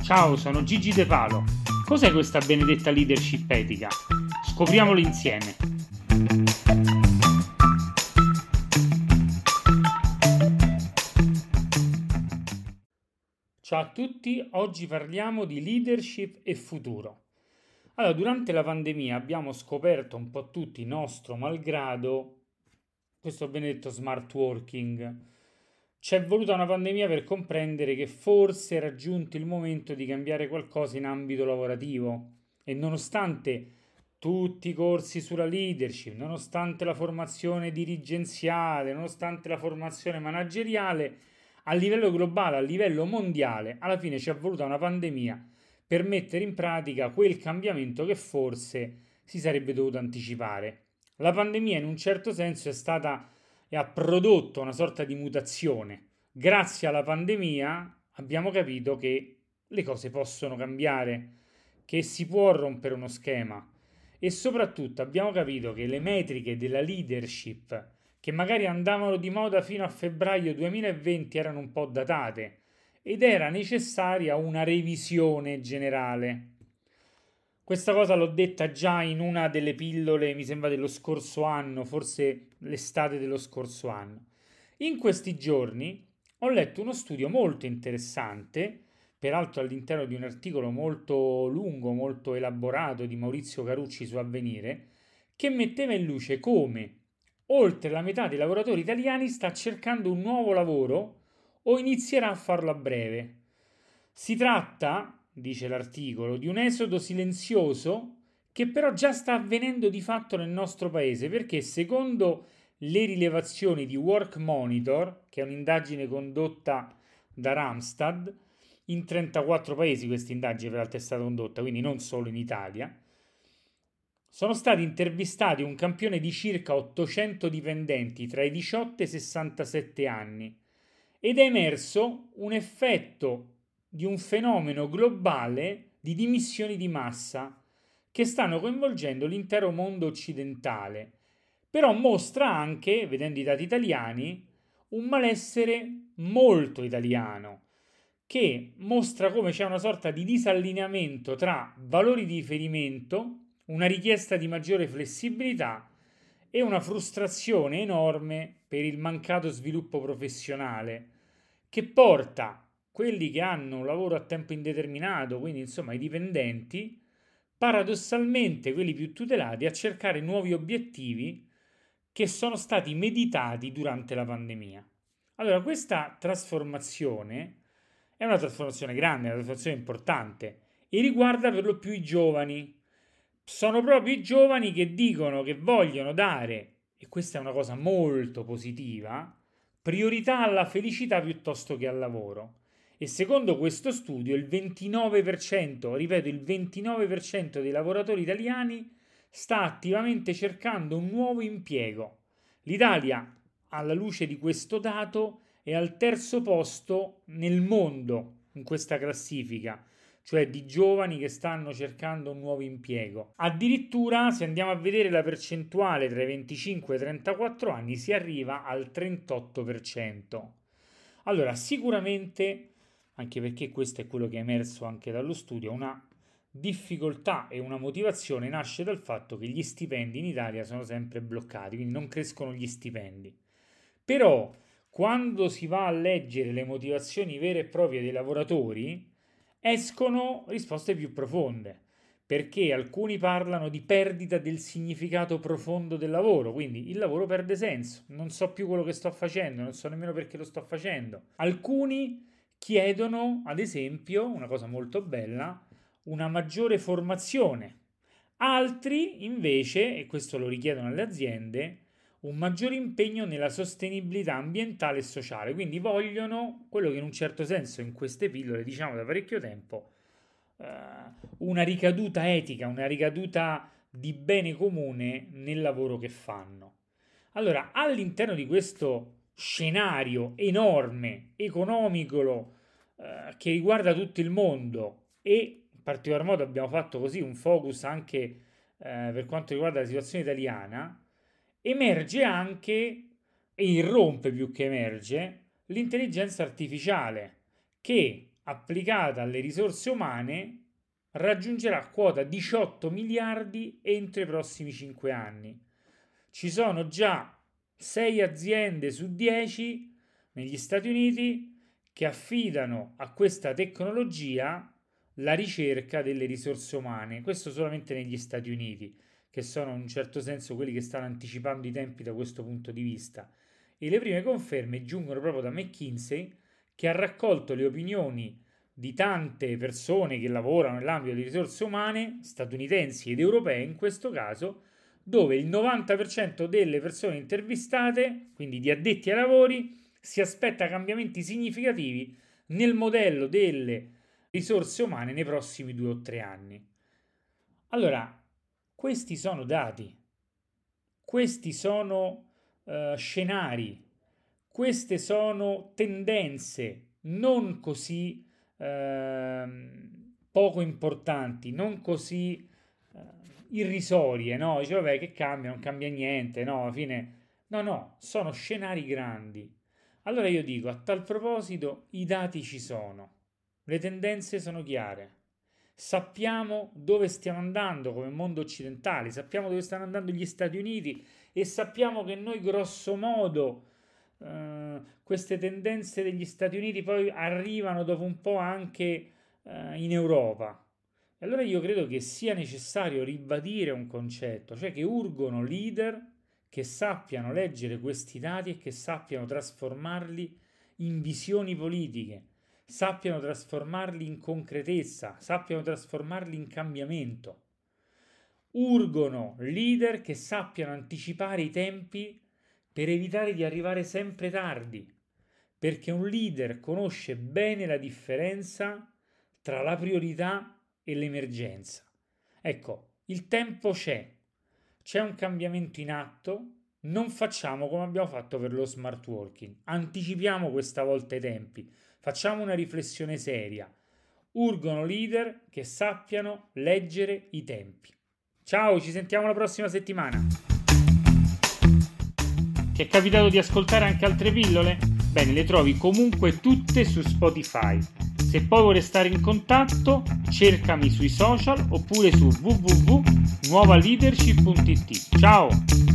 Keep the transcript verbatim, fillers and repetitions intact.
Ciao, sono Gigi De Palo. Cos'è questa benedetta leadership etica? Scopriamolo insieme. Ciao a tutti, oggi parliamo di leadership e futuro. Allora, durante la pandemia abbiamo scoperto un po' tutti, nostro malgrado, questo benedetto smart working. C'è voluta una pandemia per comprendere che forse era giunto il momento di cambiare qualcosa in ambito lavorativo e nonostante tutti i corsi sulla leadership, nonostante la formazione dirigenziale, nonostante la formazione manageriale, a livello globale, a livello mondiale, alla fine ci è voluta una pandemia per mettere in pratica quel cambiamento che forse si sarebbe dovuto anticipare. La pandemia in un certo senso è stata e ha prodotto una sorta di mutazione. Grazie alla pandemia abbiamo capito che le cose possono cambiare, che si può rompere uno schema e soprattutto abbiamo capito che le metriche della leadership che magari andavano di moda fino a febbraio duemilaventi erano un po' datate ed era necessaria una revisione generale. Questa cosa l'ho detta già in una delle pillole, mi sembra dello scorso anno, forse l'estate dello scorso anno. In questi giorni ho letto uno studio molto interessante, peraltro all'interno di un articolo molto lungo, molto elaborato di Maurizio Carucci su Avvenire, che metteva in luce come oltre la metà dei lavoratori italiani sta cercando un nuovo lavoro o inizierà a farlo a breve. Si tratta, dice l'articolo, di un esodo silenzioso che però già sta avvenendo di fatto nel nostro paese perché secondo le rilevazioni di Work Monitor, che è un'indagine condotta da Randstad, in trentaquattro paesi questa indagine peraltro è stata condotta, quindi non solo in Italia, sono stati intervistati un campione di circa ottocento dipendenti tra i diciotto e i sessantasette anni ed è emerso un effetto di un fenomeno globale di dimissioni di massa che stanno coinvolgendo l'intero mondo occidentale, però mostra anche, vedendo i dati italiani, un malessere molto italiano che mostra come c'è una sorta di disallineamento tra valori di riferimento, una richiesta di maggiore flessibilità e una frustrazione enorme per il mancato sviluppo professionale che porta quelli che hanno un lavoro a tempo indeterminato, quindi insomma i dipendenti, paradossalmente quelli più tutelati, a cercare nuovi obiettivi che sono stati meditati durante la pandemia. Allora, questa trasformazione è una trasformazione grande, una trasformazione importante e riguarda per lo più i giovani. Sono proprio i giovani che dicono che vogliono dare, e questa è una cosa molto positiva, priorità alla felicità piuttosto che al lavoro. E secondo questo studio il ventinove per cento, ripeto, il ventinove per cento dei lavoratori italiani sta attivamente cercando un nuovo impiego. L'Italia, alla luce di questo dato, è al terzo posto nel mondo in questa classifica, cioè di giovani che stanno cercando un nuovo impiego. Addirittura, se andiamo a vedere la percentuale tra i venticinque e i trentaquattro anni, si arriva al trentotto per cento. Allora, sicuramente, anche perché questo è quello che è emerso anche dallo studio, una difficoltà e una motivazione nasce dal fatto che gli stipendi in Italia sono sempre bloccati, quindi non crescono gli stipendi. Però, quando si va a leggere le motivazioni vere e proprie dei lavoratori, escono risposte più profonde, perché alcuni parlano di perdita del significato profondo del lavoro, quindi il lavoro perde senso, non so più quello che sto facendo, non so nemmeno perché lo sto facendo. Alcuni chiedono, ad esempio, una cosa molto bella, una maggiore formazione. Altri invece, e questo lo richiedono le aziende, un maggiore impegno nella sostenibilità ambientale e sociale, quindi vogliono quello che in un certo senso in queste pillole diciamo da parecchio tempo, eh, una ricaduta etica, una ricaduta di bene comune nel lavoro che fanno. Allora, all'interno di questo scenario enorme, economico, eh, che riguarda tutto il mondo e in particolar modo abbiamo fatto così un focus anche eh, per quanto riguarda la situazione italiana, emerge anche, e irrompe più che emerge, l'intelligenza artificiale, che applicata alle risorse umane raggiungerà quota diciotto miliardi entro i prossimi cinque anni. Ci sono già sei aziende su dieci negli Stati Uniti che affidano a questa tecnologia la ricerca delle risorse umane. Questo solamente negli Stati Uniti, che sono in un certo senso quelli che stanno anticipando i tempi da questo punto di vista. E le prime conferme giungono proprio da McKinsey, che ha raccolto le opinioni di tante persone che lavorano nell'ambito di risorse umane, statunitensi ed europee in questo caso, dove il novanta per cento delle persone intervistate, quindi di addetti ai lavori, si aspetta cambiamenti significativi nel modello delle risorse umane nei prossimi due o tre anni. Allora, questi sono dati, questi sono uh, scenari, queste sono tendenze non così uh, poco importanti, non così uh, irrisorie, no? Dice, vabbè, che cambia? Non cambia niente, no? Alla fine, no, no, sono scenari grandi. Allora io dico, a tal proposito, i dati ci sono, le tendenze sono chiare. Sappiamo dove stiamo andando come mondo occidentale, sappiamo dove stanno andando gli Stati Uniti e sappiamo che noi grosso modo eh, queste tendenze degli Stati Uniti poi arrivano dopo un po' anche eh, in Europa. E allora io credo che sia necessario ribadire un concetto, cioè che urgono leader che sappiano leggere questi dati e che sappiano trasformarli in visioni politiche, sappiano trasformarli in concretezza, sappiano trasformarli in cambiamento. Urgono leader che sappiano anticipare i tempi per evitare di arrivare sempre tardi, perché un leader conosce bene la differenza tra la priorità e l'emergenza. Ecco, il tempo c'è, c'è un cambiamento in atto, non facciamo come abbiamo fatto per lo smart working, anticipiamo questa volta i tempi. Facciamo una riflessione seria. Urgono leader che sappiano leggere i tempi. Ciao, ci sentiamo la prossima settimana. Ti è capitato di ascoltare anche altre pillole? Bene, le trovi comunque tutte su Spotify. Se poi vuoi restare in contatto, cercami sui social oppure su w w w punto nuova leadership punto i t. Ciao!